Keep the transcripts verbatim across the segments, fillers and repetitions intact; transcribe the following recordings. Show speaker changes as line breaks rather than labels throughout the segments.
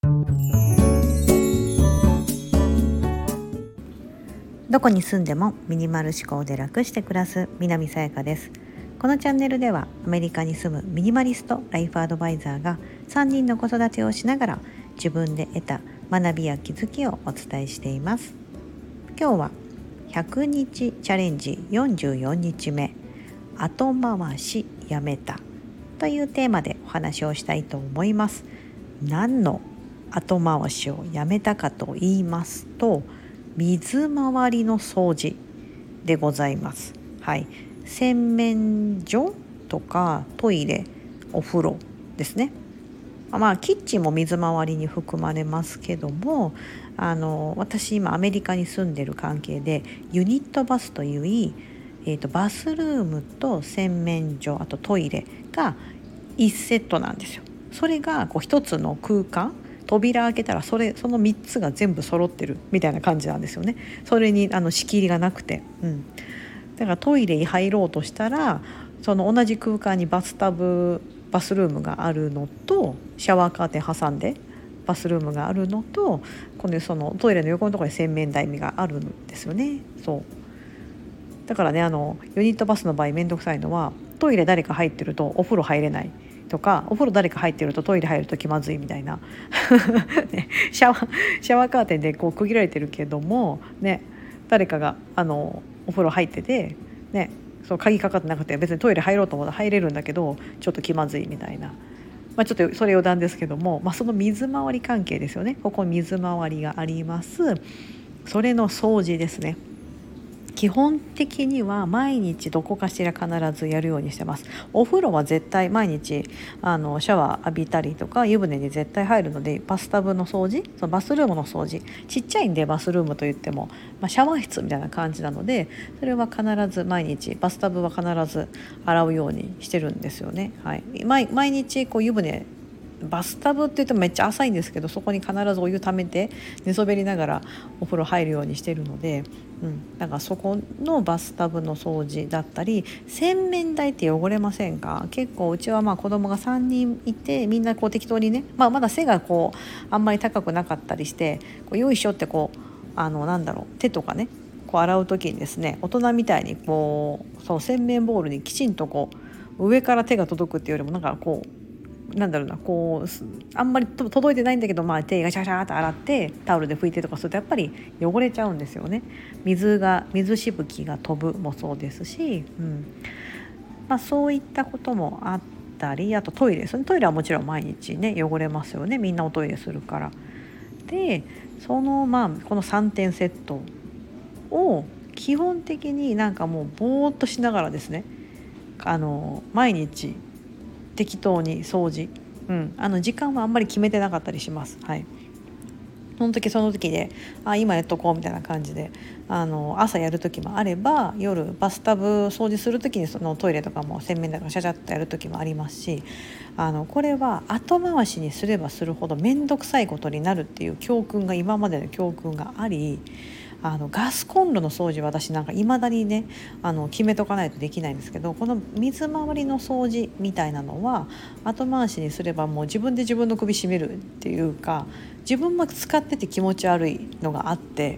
どこに住んでもミニマル思考で楽して暮らす南さやかです。このチャンネルではアメリカに住むミニマリストライフアドバイザーがさんにんの子育てをしながら自分で得た学びや気づきをお伝えしています。今日はひゃくにちチャレンジよんじゅうよっかめ、後回しやめたというテーマでお話をしたいと思います。何の後回しをやめたかと言いますと、水回りの掃除でございます。はい、洗面所とかトイレ、お風呂ですね。まあキッチンも水回りに含まれますけども、あの私今アメリカに住んでる関係でユニットバスという、えーと、バスルームと洗面所、あとトイレがいちセットなんですよ。それがこう一つの空間、扉開けたらそれそのみっつが全部揃ってるみたいな感じなんですよね。それにあの仕切りがなくて、うん、だからトイレに入ろうとしたらその同じ空間にバスタブバスルームがあるのと、シャワーカーテン挟んでバスルームがあるのと、このそのトイレの横のところに洗面台があるんですよね。そうだからね、あのユニットバスの場合めんどくさいのは、トイレ誰か入ってるとお風呂入れないとか、お風呂誰か入ってるとトイレ入ると気まずいみたいな、ね、シャワーシャワーカーテンでこう区切られてるけども、ね、誰かがあのお風呂入ってて、ね、そう鍵かかってなくて別にトイレ入ろうと思ったら入れるんだけどちょっと気まずいみたいな、まあ、ちょっとそれ余談ですけども、まあ、その水回り関係ですよね。ここ水回りがあります。それの掃除ですね。基本的には毎日どこかしら必ずやるようにしてます。お風呂は絶対毎日あのシャワー浴びたりとか湯船に絶対入るので、バスタブの掃除、そのバスルームの掃除、ちっちゃいんでバスルームといっても、まあ、シャワー室みたいな感じなので、それは必ず毎日バスタブは必ず洗うようにしてるんですよね。はい、毎, 毎日こう湯船、バスタブって言ってもめっちゃ浅いんですけど、そこに必ずお湯ためて寝そべりながらお風呂入るようにしてるので、うん、だからそこのバスタブの掃除だったり、洗面台って汚れませんか？結構うちはまあ子供がさんにんいて、みんなこう適当にね、まあ、まだ背がこうあんまり高くなかったりして、こうよいしょってこうあのなんだろう手とかねこう洗う時にですね、大人みたいにこうそう洗面ボールにきちんとこう上から手が届くっていうよりも、なんかこうなんだろうな、こうあんまり届いてないんだけど、まあ、手がシャシャーって洗ってタオルで拭いてとかするとやっぱり汚れちゃうんですよね。水が水しぶきが飛ぶもそうですし、うんまあ、そういったこともあったり、あとトイレですね。トイレはもちろん毎日ね汚れますよね。みんなおトイレするから。でそのまあこのさんてんセットを基本的になんかもうぼーっとしながらですね、あの毎日適当に掃除、うん、あの時間はあんまり決めてなかったりします。はい、その時その時であ今やっとこうみたいな感じで、あの朝やる時もあれば、夜バスタブ掃除する時にそのトイレとかも洗面台とかシャシャッとやる時もありますし、あのこれは後回しにすればするほど面倒くさいことになるっていう教訓が今までの教訓があり、あのガスコンロの掃除は私なんか未だにねあの決めとかないとできないんですけど、この水回りの掃除みたいなのは後回しにすればもう自分で自分の首絞めるっていうか、自分も使ってて気持ち悪いのがあって、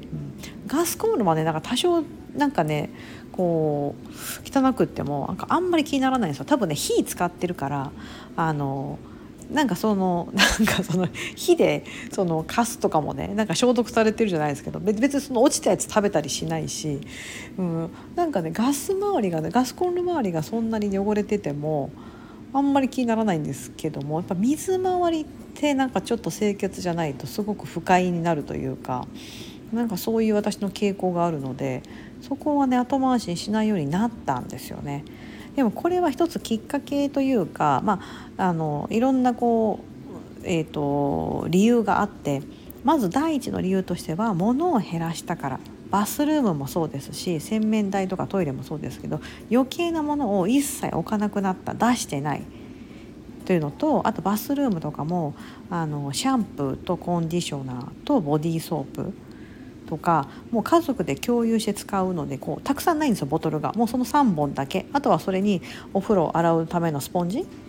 うん、ガスコンロはねなんか多少なんかねこう汚くってもなんかあんまり気にならないんですよ。多分ね火使ってるから、あのなんかそのなんかその火でそのカスとかもねなんか消毒されてるじゃないですけど、別にその落ちたやつ食べたりしないし、うん、なんかねガス周りがねガスコンロ周りがそんなに汚れててもあんまり気にならないんですけども、やっぱ水回りってなんかちょっと清潔じゃないとすごく不快になるというか、なんかそういう私の傾向があるので、そこはね後回しにしないようになったんですよね。でもこれは一つきっかけというか、まあ、あのいろんなこう、えーと、理由があって、まず第一の理由としては物を減らしたから。バスルームもそうですし洗面台とかトイレもそうですけど、余計なものを一切置かなくなった、出してないというのと、あとバスルームとかもあのシャンプーとコンディショナーとボディーソープとかもう家族で共有して使うので、こうたくさんないんですよボトルが。もうそのさんぼんだけ、あとはそれにお風呂を洗うためのスポンジ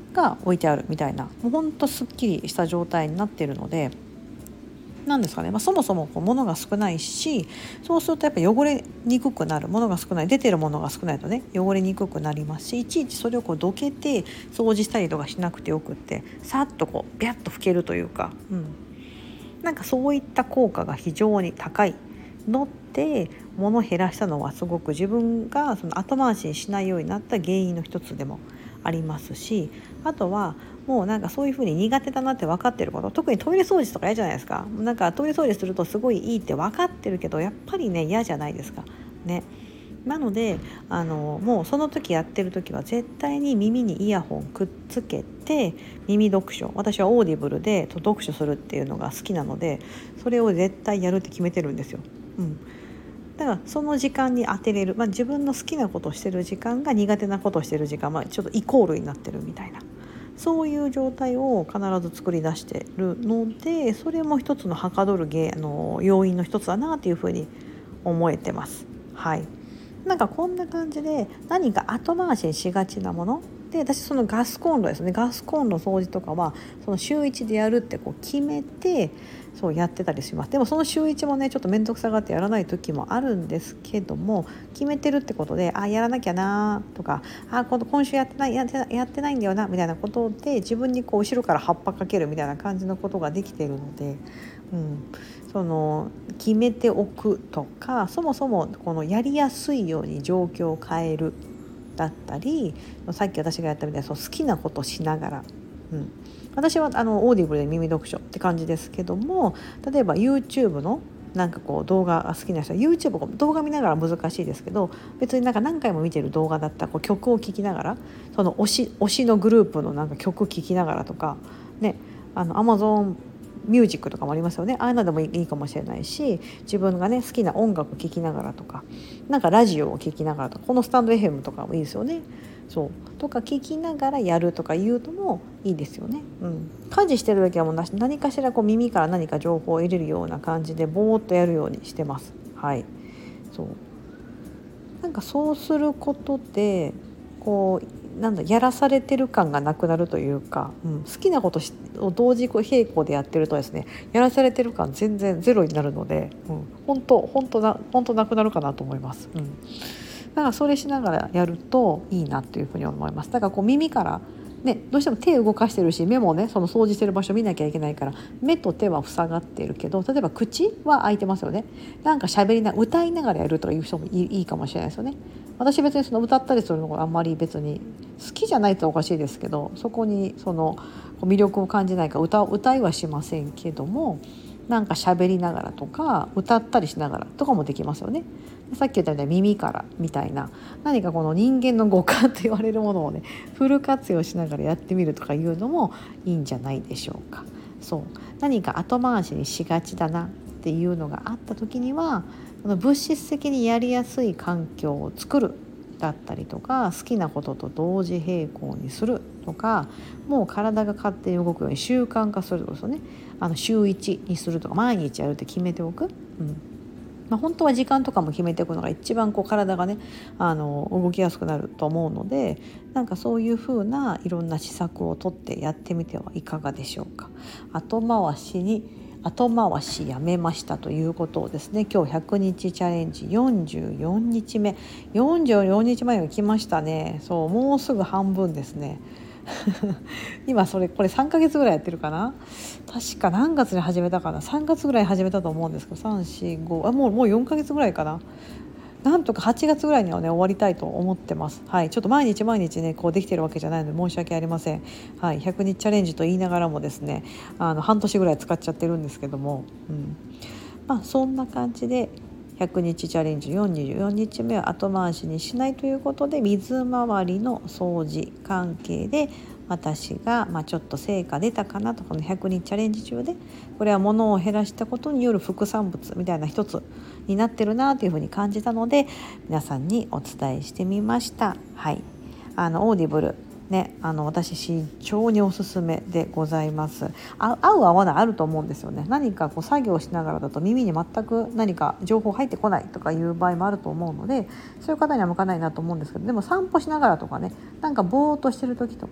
が置いてあるみたいな、もうほんとすっきりした状態になっているので、なんですかね、まあ、そもそもこう物が少ないし、そうするとやっぱ汚れにくくなる、物が少ない、出てるものが少ないとね汚れにくくなりますし、いちいちそれをこうどけて掃除したりとかしなくてよくって、さっとこうビャッと拭けるというか、うん、なんかそういった効果が非常に高いので、物を減らしたのはすごく自分がその後回しにしないようになった原因の一つでもありますし、あとはもうなんかそういう風に苦手だなって分かってること、特にトイレ掃除とか嫌じゃないですか。なんかトイレ掃除するとすごいいいって分かってるけど、やっぱりね嫌じゃないですかね。なのであのもうその時やってる時は絶対に耳にイヤホンくっつけて耳読書、私はオーディブルで読書するっていうのが好きなので、それを絶対やるって決めてるんですよ。うん、だからその時間に当てれる、まあ、自分の好きなことをしてる時間が苦手なことをしてる時間、まあ、ちょっとイコールになってるみたいな、そういう状態を必ず作り出してるので、それも一つのはかどる原あの要因の一つだなというふうに思えてます。はい、なんかこんな感じで何か後回しにしがちなもので、私そのガスコンロですね、ガスコンロ掃除とかはその週いちでやるってこう決めてそうやってたりします。でもその週いちもねちょっと面倒くさがってやらない時もあるんですけども、決めてるってことで、あやらなきゃなとか、あ今今週やってないやってないやってないんだよなみたいなことで、自分にこう後ろから葉っぱかけるみたいな感じのことができているので、うん、その決めておくとか、そもそもこのやりやすいように状況を変えるだったり、さっき私がやったみたいにそう好きなことしながら、うん、私はあのオーディブルで耳読書って感じですけども、例えば YouTube のなんかこう動画が好きな人は YouTube 動画見ながら難しいですけど、別になんか何回も見てる動画だったらこう曲を聴きながら、その推し推しのグループのなんか曲聴きながらとかね、あの Amazonミュージックとかもありますよね。ああいうのでもいいかもしれないし、自分がね好きな音楽聴きながらとか、なんかラジオを聴きながらとか、このスタンド エフエム とかもいいですよね。そうとか聞きながらやるとかいうのもいいですよね。うん、家事してる時はもう何かしらこう耳から何か情報を入れるような感じでぼーっとやるようにしてます。はい、そうなんかそうすることでこうなんだやらされてる感がなくなるというか、うん、好きなことを同時並行でやってるとですね、やらされてる感全然ゼロになるので、うん、本当本当な本当なくなるかなと思います。うん、だからそれしながらやるといいなというふうに思います。だからこう耳からね、どうしても手動かしてるし、目もねその掃除してる場所見なきゃいけないから、目と手は塞がっているけど、例えば口は開いてますよね。なんか喋りな歌いながらやるとかいう人もいい、いいかもしれないですよね。私別にその歌ったりするのがあんまり別に好きじゃないとおかしいですけど、そこにその魅力を感じないから歌歌いはしませんけども、なんか喋りながらとか歌ったりしながらとかもできますよね。さっき言ったみたいに耳からみたいな、何かこの人間の五感と言われるものをねフル活用しながらやってみるとかいうのもいいんじゃないでしょうか。そう何か後回しにしがちだなっていうのがあった時には、この物質的にやりやすい環境を作るだったりとか、好きなことと同時並行にするとか、もう体が勝手に動くように習慣化するとかですよね。あの週いちにするとか毎日やるって決めておく、うんまあ、本当は時間とかも決めていくのが一番こう体がねあの動きやすくなると思うので、なんかそういう風ないろんな施策をとってやってみてはいかがでしょうか。後回しに後回しやめましたということをですね、今日ひゃくにちチャレンジよんじゅうよっかめよんじゅうよっかめが来ましたね。そうもうすぐ半分ですね今それこれさんかげつぐらいやってるかな。確か何月に始めたかな、さんがつぐらい始めたと思うんですけど、さん、し、ごあもうもうよんかげつぐらいかな。なんとかはちがつぐらいにはね終わりたいと思ってます。はい、ちょっと毎日毎日ねこうできてるわけじゃないので申し訳ありません。はい、ひゃくにちチャレンジと言いながらもですね、あの半年ぐらい使っちゃってるんですけども、うん、まあそんな感じでひゃくにちチャレンジよんじゅうよっかめは後回しにしないということで、水回りの掃除関係で私が、まあ、ちょっと成果出たかなと、このひゃくにちチャレンジ中でこれは物を減らしたことによる副産物みたいな一つになってるなというふうに感じたので、皆さんにお伝えしてみました。はい、あのオーディブルね、あの私非常におすすめでございます。あ合う合わないあると思うんですよね。何かこう作業しながらだと耳に全く何か情報入ってこないとかいう場合もあると思うので、そういう方には向かないなと思うんですけど、でも散歩しながらとかね、なんかぼーっとしてる時とか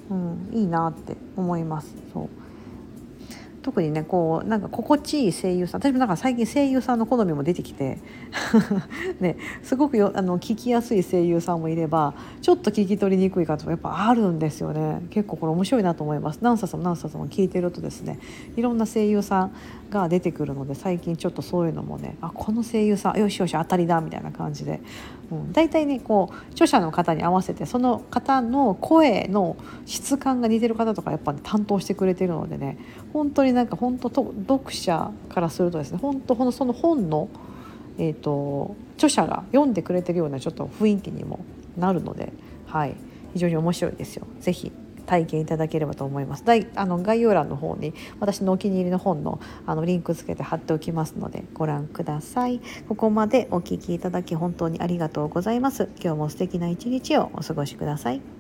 うん、いいなって思います。そう特にねこうなんか心地いい声優さん、私もなんか最近声優さんの好みも出てきてね、すごくよあの聞きやすい声優さんもいればちょっと聞き取りにくい方もやっぱあるんですよね。結構これ面白いなと思います。何冊も何冊も聞いてるとですね、いろんな声優さんが出てくるので、最近ちょっとそういうのもね、あこの声優さんよしよし当たりだみたいな感じで、うん、だいたいねこう著者の方に合わせてその方の声の質感が似てる方とかやっぱ、ね、担当してくれてるのでね、本当になんか本当と読者からするとですね、本当その本の、えーと、著者が読んでくれてるようなちょっと雰囲気にもなるので、はい、非常に面白いですよ。ぜひ体験いただければと思います。だいあの概要欄の方に私のお気に入りの本のあのリンクつけて貼っておきますのでご覧ください。ここまでお聞きいただき本当にありがとうございます。今日も素敵な一日をお過ごしください。